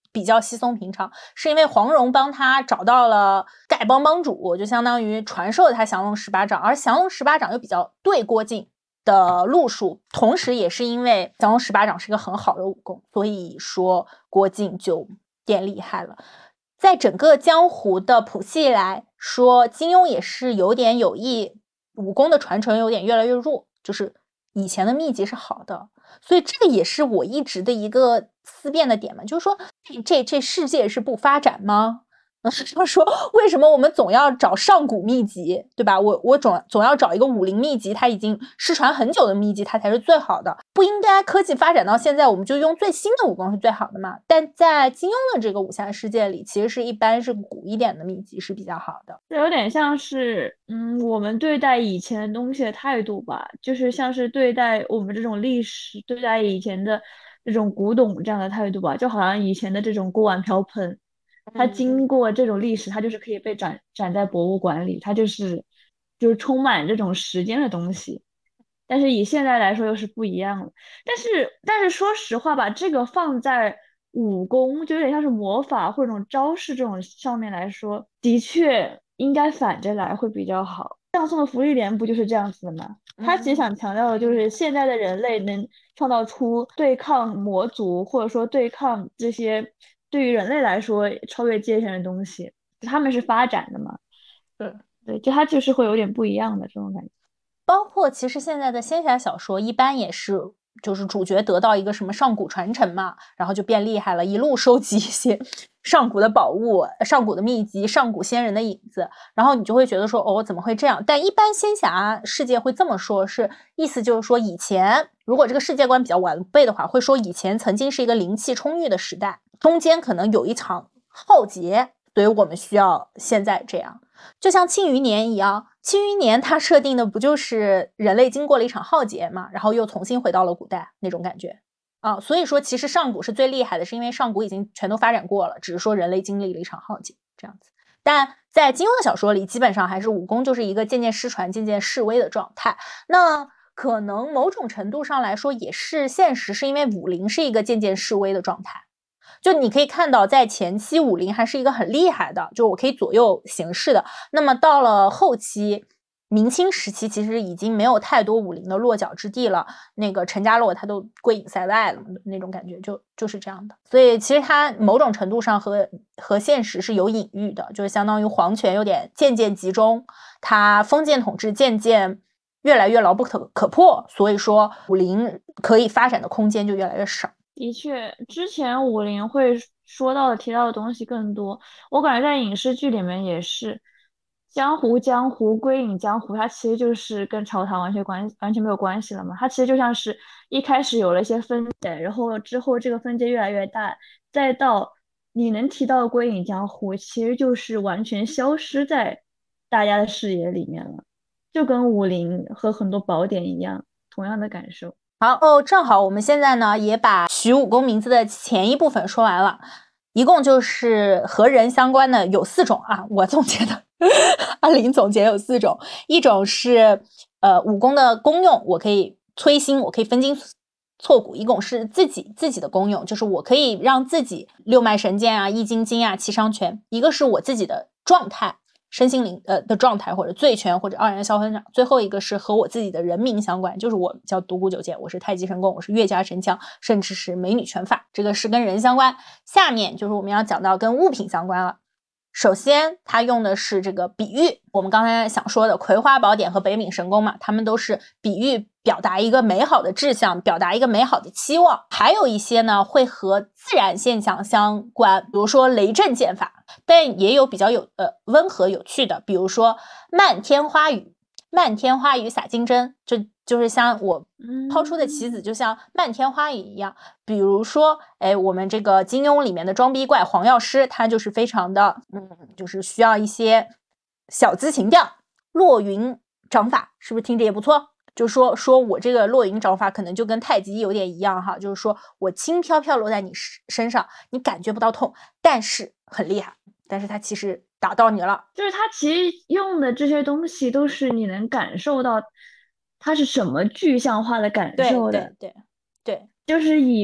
比较稀松平常，是因为黄蓉帮他找到了丐帮帮主，就相当于传授他降龙十八掌，而降龙十八掌又比较对郭靖的路数，同时也是因为降龙十八掌是个很好的武功，所以说郭靖就变厉害了。在整个江湖的谱系来说，金庸也是有点有意武功的传承有点越来越弱，就是以前的秘籍是好的，所以这个也是我一直的一个思辨的点嘛，就是说这世界是不发展吗？就是说为什么我们总要找上古秘籍，对吧？我总要找一个武林秘籍，它已经失传很久的秘籍，它才是最好的。不应该科技发展到现在，我们就用最新的武功是最好的嘛？但在金庸的这个武侠世界里，其实是一般是古一点的秘籍是比较好的。 这有点像是，我们对待以前的东西的态度吧，就是像是对待我们这种历史，对待以前的这种古董这样的态度吧，就好像以前的这种锅碗瓢盆，它经过这种历史，它就是可以被展在博物馆里，它就是充满这种时间的东西。但是以现在来说又是不一样的。但是说实话吧，这个放在武功，就有点像是魔法或者这种招式这种上面来说，的确应该反着来会比较好。葬送的芙莉莲不就是这样子的吗？他其实想强调的就是现在的人类能创造出对抗魔族，或者说对抗这些对于人类来说超越界限的东西，他们是发展的嘛？ 对。 对，就他就是会有点不一样的这种感觉。 包括其实现在的仙侠小说一般也是就是主角得到一个什么上古传承嘛，然后就变厉害了，一路收集一些上古的宝物、上古的秘籍、上古仙人的影子，然后你就会觉得说哦怎么会这样？但一般仙侠世界会这么说，是意思就是说以前如果这个世界观比较完备的话，会说以前曾经是一个灵气充裕的时代，中间可能有一场浩劫，所以我们需要现在这样。就像庆余年一样，庆余年它设定的不就是人类经过了一场浩劫嘛，然后又重新回到了古代那种感觉啊。所以说其实上古是最厉害的，是因为上古已经全都发展过了，只是说人类经历了一场浩劫这样子。但在金庸的小说里，基本上还是武功就是一个渐渐失传、渐渐式微的状态。那可能某种程度上来说也是现实，是因为武林是一个渐渐式微的状态。就你可以看到在前期武林还是一个很厉害的，就我可以左右形势的，那么到了后期明清时期其实已经没有太多武林的落脚之地了，那个陈家洛他都归隐塞外了那种感觉，就是这样的。所以其实它某种程度上和现实是有隐喻的，就是相当于皇权有点渐渐集中，它封建统治渐渐越来越牢不可破，所以说武林可以发展的空间就越来越少。 的确，之前武林会说到的、提到的东西更多。我感觉在影视剧里面也是，江湖归隐江湖，它其实就是跟朝堂完全没有关系了嘛。它其实就像是一开始有了一些分界，然后之后这个分界越来越大，再到你能提到的归隐江湖，其实就是完全消失在大家的视野里面了，就跟武林和很多宝典一样，同样的感受。 好哦，正好我们现在呢也把取武功名字的前一部分说完了，一共就是和人相关的有4种啊，我总结的，阿林总结有4种，一种是武功的功用，我可以催心，我可以分筋错骨；一种是自己的功用，就是我可以让自己六脉神剑啊、易筋经啊、气伤拳；一个是我自己的状态。身心灵的状态，或者醉拳，或者傲然销魂掌。最后一个是和我自己的人名相关，就是我叫独孤九剑，我是太极神功，我是岳家神枪，甚至是美女拳法，这个是跟人相关。下面就是我们要讲到跟物品相关了。首先它用的是这个比喻，我们刚才想说的葵花宝典和北冥神功嘛，它们都是比喻表达一个美好的志向，表达一个美好的期望。还有一些呢会和自然现象相关，比如说雷震剑法，但也有比较温和有趣的，比如说漫天花雨，漫天花雨洒金针，就是像我抛出的棋子就像漫天花雨一样。比如说我们这个金庸里面的装逼怪黄药师，他就是非常的就是需要一些小资情调。落云掌法是不是听着也不错？就说我这个落云掌法可能就跟太极有点一样哈，就是说我轻飘飘落在你身上，你感觉不到痛，但是很厉害，但是它其实打到你了。 就是它其实用的这些东西都是你能感受到它是什么具象化的感对受的， 对对对， 就是以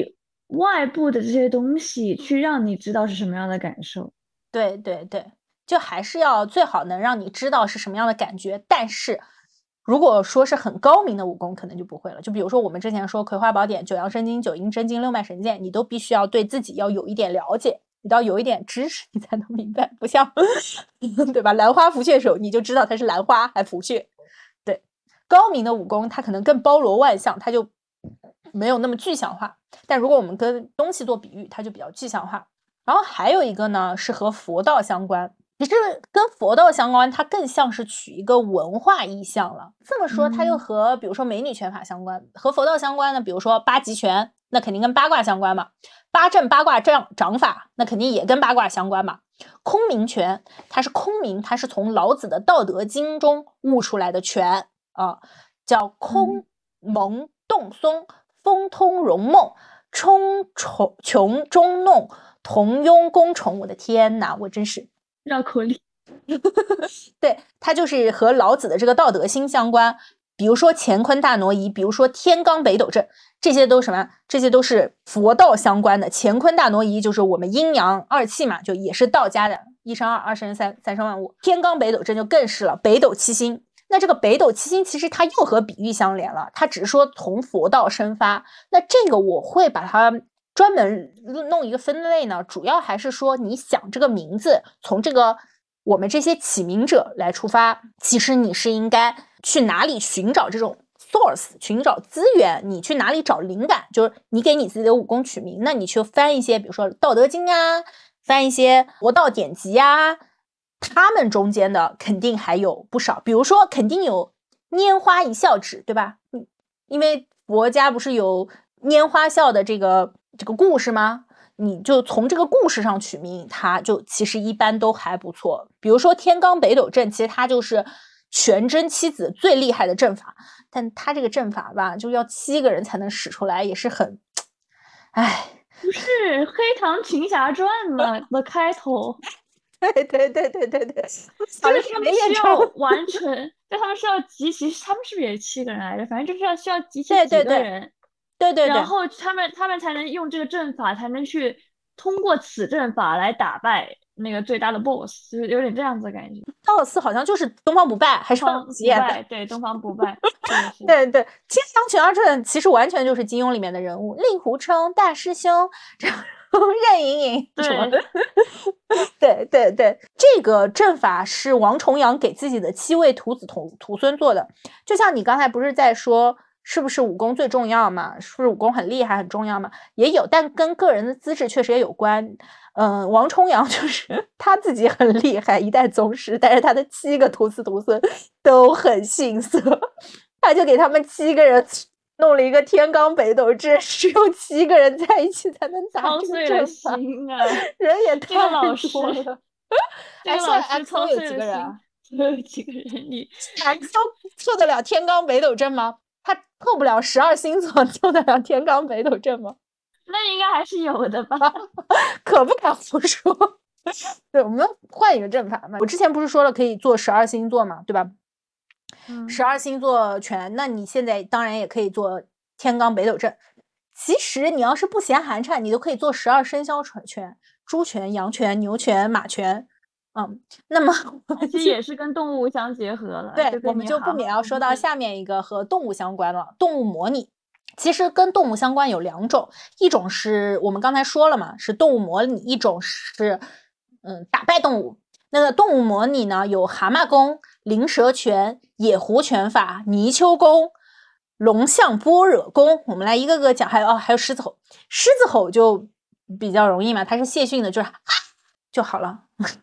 外部的这些东西去让你知道是什么样的感受。 对对对，就还是要最好能让你知道是什么样的感觉。但是如果说是很高明的武功，可能就不会了。就比如说我们之前说葵花宝典、九阳真经、九阴真经、六脉神剑，你都必须要对自己要有一点了解，你都要有一点知识，你才能明白。不像对吧？兰花拂穴手，你就知道它是兰花还拂穴。对，高明的武功它可能更包罗万象，它就没有那么具象化。但如果我们跟东西做比喻，它就比较具象化。然后还有一个呢，是和佛道相关。其实跟佛道相关，它更像是取一个文化意象了。这么说，它又和比如说美女拳法相关，和佛道相关的，比如说八极拳，那肯定跟八卦相关嘛。八正八卦掌法，那肯定也跟八卦相关嘛。空明拳，它是空明，它是从老子的《道德经》中悟出来的拳啊，叫空蒙洞松，风通容梦，冲穷中弄，同庸攻宠。我的天哪，我真是绕口令。 对，它就是和老子的这个道德心相关。比如说乾坤大挪移，比如说天罡北斗震，这些都什么？这些都是佛道相关的。乾坤大挪移就是我们阴阳二气嘛，就也是道家的，一生二，二生三，三生万物。天罡北斗震就更是了，北斗七星。那这个北斗七星其实它又和比喻相连了，它只是说从佛道生发。那这个我会把它专门弄一个分类呢，主要还是说你想这个名字，从这个我们这些起名者来出发，其实你是应该去哪里寻找这种 source， 寻找资源，你去哪里找灵感，就是你给你自己的武功取名，那你去翻一些比如说《道德经》啊，翻一些佛道典籍啊，他们中间的肯定还有不少，比如说肯定有拈花一笑指，对吧？因为佛家不是有拈花笑的这个故事吗？你就从这个故事上取名，它就其实一般都还不错。比如说天罡北斗阵，其实它就是全真七子最厉害的阵法，但它这个阵法吧，就要7个人才能使出来，也是很，唉。 不是《黑糖群侠传》吗的开头？ 对对对对对对， 就是他们需要完成，就他们需要集齐，他们是不是也是7个人来着？反正就是需要集齐几个人， 对对对， 然后他们才能用这个阵法，才能去通过此阵法来打败那个最大的 boss，就是有点这样子的感觉。 道次好像就是东方不败，还是东方不败，对，东方不败， 对对，天翔群侠传其实完全就是金庸里面的人物，令狐冲大师兄，这样任盈盈什么的。对对对，这个阵法是王重阳给自己的7位徒子徒孙做的。就像你刚才不是在说是不是武功最重要嘛？是不是武功很厉害很重要嘛？也有，但跟个人的资质确实也有关。王重阳就是他自己很厉害，一代宗师，但是他的7个徒子徒孙都很逊色，他就给他们7个人弄了一个天罡北斗阵，只有7个人在一起才能打这个阵法。 心啊！ 人也太多了。 这个老师操有几个人啊？ 有几个人？你测得了天罡北斗阵吗？他测不了12星座，测得了天罡北斗阵吗？ 那应该还是有的吧？ 可不敢胡说。对，我们换一个阵法嘛。我之前不是说了可以做12星座嘛，对吧？12星座拳，那你现在当然也可以做天罡北斗阵。其实你要是不嫌寒碜，你都可以做12生肖拳，猪拳、羊拳、牛拳、马拳。那么其实也是跟动物相结合了。 对，我们就不免要说到下面一个和动物相关了，动物模拟。其实跟动物相关有2种，一种是我们刚才说了嘛，是动物模拟，一种是打败动物。那个动物模拟呢，有蛤蟆功、灵蛇拳、野狐拳法、泥鳅功、龙象般若功。我们来一个个讲，还有狮子吼。狮子吼就比较容易嘛，它是谢逊的，就是就好了。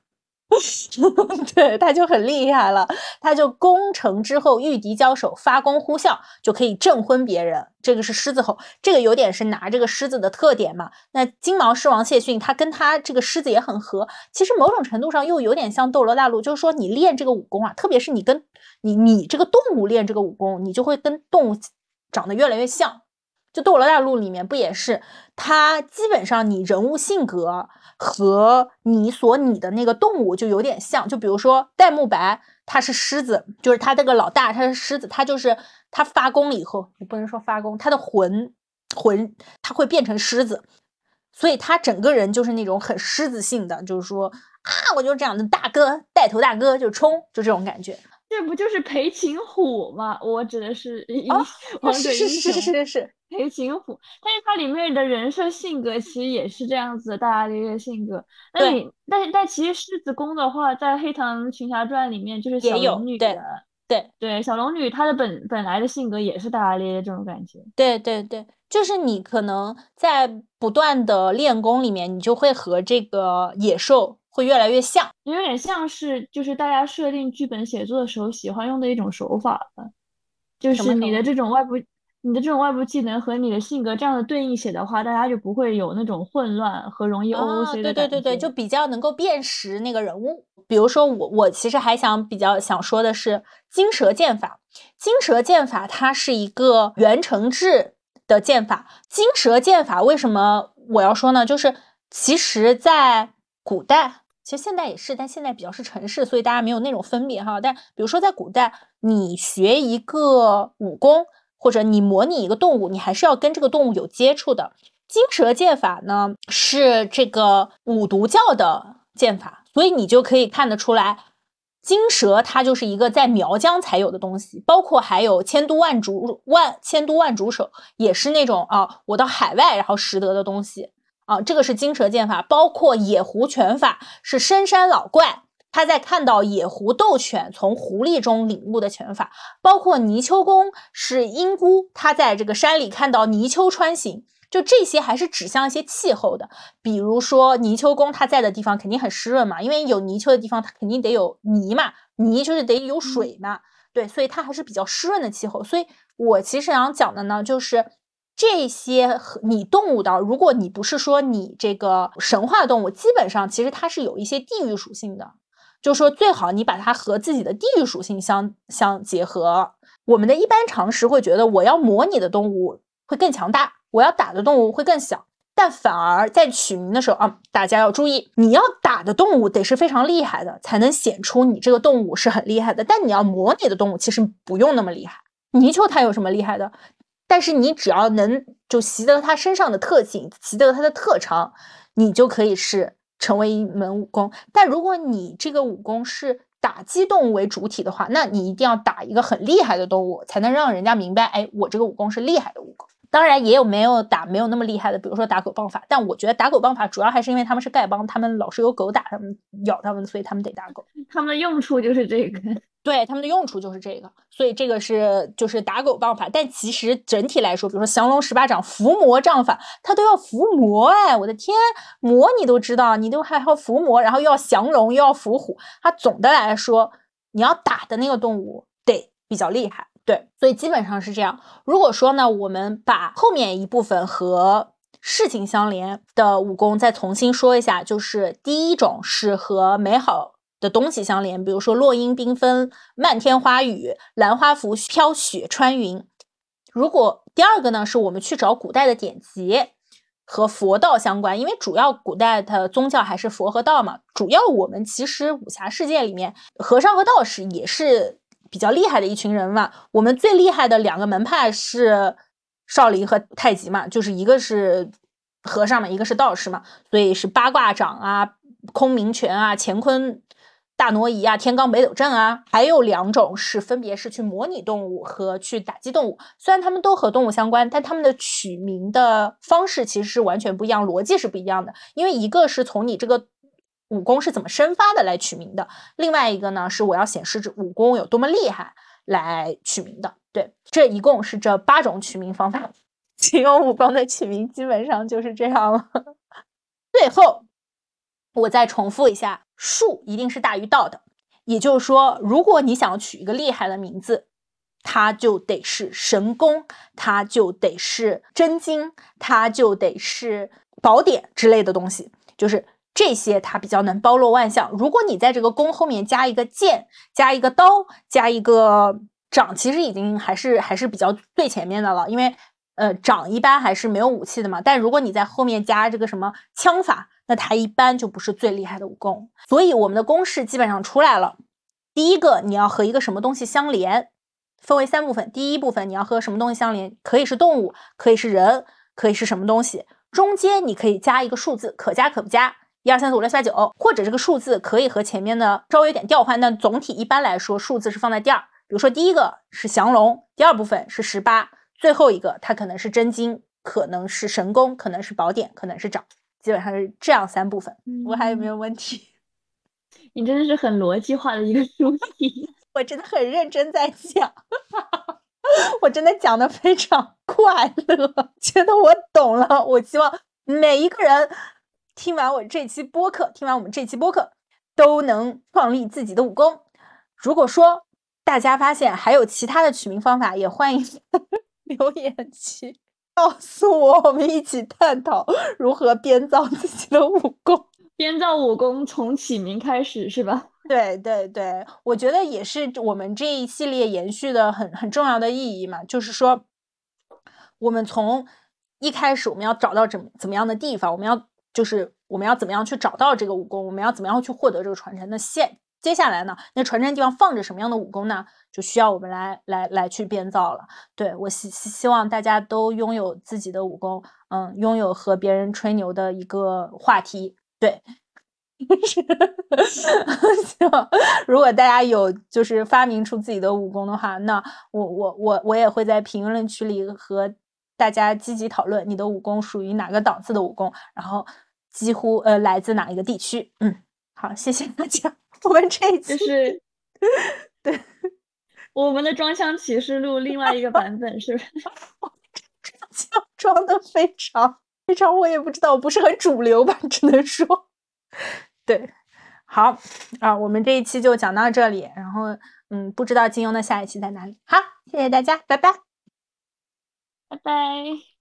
对，他就很厉害了，他就攻城之后御敌交手，发功呼啸，就可以震昏别人。这个是狮子吼，这个有点是拿这个狮子的特点嘛。那金毛狮王谢逊，他跟他这个狮子也很合，其实某种程度上又有点像斗罗大陆，就是说你练这个武功啊，特别是你跟你这个动物练这个武功，你就会跟动物长得越来越像。就斗罗大陆里面不也是，它基本上你人物性格和你所拟的那个动物就有点像。就比如说戴沐白，他是狮子，就是他这个老大他是狮子，他就是他发功了以后，你不能说发功，他的魂魂，他会变成狮子，所以他整个人就是那种很狮子性的，就是说啊，我就是这样的大哥，带头大哥就冲，就这种感觉。 这不就是裴擒虎吗？我指的是哦， 王者是是是是英雄是是， 裴擒虎，但是它里面的人设性格其实也是这样子的大大咧咧性格。那对， 你但其实狮子宫的话，在《黑糖群侠传》里面就是小龙也有，对女的， 对。 对小龙女她的本来的性格也是大大咧咧这种感觉。 对对对，就是你可能在不断的练功里面，你就会和这个野兽会越来越像。 有点像是就是大家设定剧本写作的时候喜欢用的一种手法吧，就是什么时候？ 你的这种外部技能和你的性格这样的对应写的话，大家就不会有那种混乱和容易啊， OOC 的对对对对，就感觉。 比较能够辨识那个人物。比如说我其实还比较想说的是金蛇剑法。金蛇剑法它是一个元成制的剑法。金蛇剑法为什么我要说呢？就是其实在古代，其实现在也是，但现在比较是城市，所以大家没有那种分别哈。但比如说在古代，你学一个武功，或者你模拟一个动物，你还是要跟这个动物有接触的。金蛇剑法呢是这个五毒教的剑法，所以你就可以看得出来，金蛇它就是一个在苗疆才有的东西，包括还有千都万竹手，也是那种啊，我到海外然后识得的东西啊，这个是金蛇剑法。包括野狐拳法是深山老怪他在看到野狐斗犬从狐狸中领悟的拳法，包括泥鳅功是鹰姑他在这个山里看到泥鳅穿行。就这些还是指向一些气候的，比如说泥鳅宫它在的地方肯定很湿润嘛，因为有泥鳅的地方它肯定得有泥嘛，泥就是得有水嘛，对，所以它还是比较湿润的气候。所以我其实想讲的呢，就是这些你动物的，如果你不是说你这个神话动物，基本上其实它是有一些地域属性的，就是说最好你把它和自己的地域属性相结合。我们的一般常识会觉得我要模拟的动物会更强大，我要打的动物会更小，但反而在取名的时候啊，大家要注意，你要打的动物得是非常厉害的，才能显出你这个动物是很厉害的。但你要模拟的动物其实不用那么厉害。泥鳅它有什么厉害的？但是你只要能就习得它身上的特性，习得它的特长，你就可以成为一门武功。但如果你这个武功是打击动物为主体的话，那你一定要打一个很厉害的动物，才能让人家明白，哎，我这个武功是厉害的武功。当然也有没有那么厉害的，比如说打狗棒法，但我觉得打狗棒法主要还是因为他们是丐帮，他们老是有狗打他们咬他们，所以他们得打狗。 他们的用处就是这个。 对，他们的用处就是这个，所以这个就是打狗棒法。但其实整体来说，比如说降龙十八掌伏魔杖法，它都要伏魔，哎，我的天，魔你都知道，你都还要伏魔，然后又要降龙又要伏虎，它总的来说，你要打的那个动物得比较厉害。对，所以基本上是这样。如果说呢，我们把后面一部分和事情相连的武功再重新说一下，就是第一种是和美好的东西相连，比如说落英缤纷、漫天花雨、兰花拂飘雪穿云。如果第二个呢，是我们去找古代的典籍和佛道相关，因为主要古代的宗教还是佛和道嘛。主要我们其实武侠世界里面，和尚和道士也是比较厉害的一群人嘛。我们最厉害的两个门派是少林和太极嘛，就是一个是和尚嘛，一个是道士嘛，所以是八卦掌啊、空明拳啊、乾坤大挪移啊、天罡北斗阵啊。还有两种是分别是去模拟动物和去打击动物，虽然他们都和动物相关，但他们的取名的方式其实是完全不一样，逻辑是不一样的。因为一个是从你这个武功是怎么生发的来取名的，另外一个呢是我要显示这武功有多么厉害来取名的。对，这一共是这8种取名方法。金庸武功的取名基本上就是这样了。最后我再重复一下，术一定是大于道的，也就是说，如果你想取一个厉害的名字，它就得是神功，它就得是真经，它就得是宝典之类的东西，就是这些它比较能包罗万象。如果你在这个弓后面加一个剑，加一个刀，加一个掌，其实已经还是比较最前面的了，因为掌一般还是没有武器的嘛。但如果你在后面加这个什么枪法，那它一般就不是最厉害的武功。所以我们的公式基本上出来了。第一个，你要和一个什么东西相连，分为3部分。第一部分，你要和什么东西相连，可以是动物，可以是人， 可以是什么东西，中间你可以加一个数字，可加可不加，1 2 3 4 5 6 7 8 9，或者这个数字可以和前面的稍微有点调换，但总体一般来说数字是放在第二。比如说第一个是降龙，第二部分是18，最后一个它可能是真经，可能是神功，可能是宝典，可能是掌，基本上是这样3部分。我还有没有问题？ 你真的是很逻辑化的一个书题。 我真的很认真在讲。我真的讲的非常快乐，觉得我懂了。我希望每一个人听完我这期播客，听完我们这期播客，都能创立自己的武功。如果说大家发现还有其他的取名方法，也欢迎留言区告诉我，我们一起探讨如何编造自己的武功。 编造武功从起名开始是吧？ 对对对，我觉得也是我们这一系列延续的很重要的意义嘛，就是说我们从一开始我们要找到怎么样的地方，我们要怎么样去找到这个武功，我们要怎么样去获得这个传承。那接下来呢，那传承地方放着什么样的武功呢？就需要我们来去编造了。对，我希望大家都拥有自己的武功，拥有和别人吹牛的一个话题。对。希望如果大家有就是发明出自己的武功的话，那我也会在评论区里和大家积极讨论你的武功属于哪个档次的武功，然后几乎来自哪一个地区。好，谢谢大家。我们这一期就是对我们的装箱启示录另外一个版本是吧？ 装的非常，我也不知道，我不是很主流吧，只能说对。好啊，我们这一期就讲到这里，然后不知道金庸的下一期在哪里。好，谢谢大家，拜拜， 拜拜。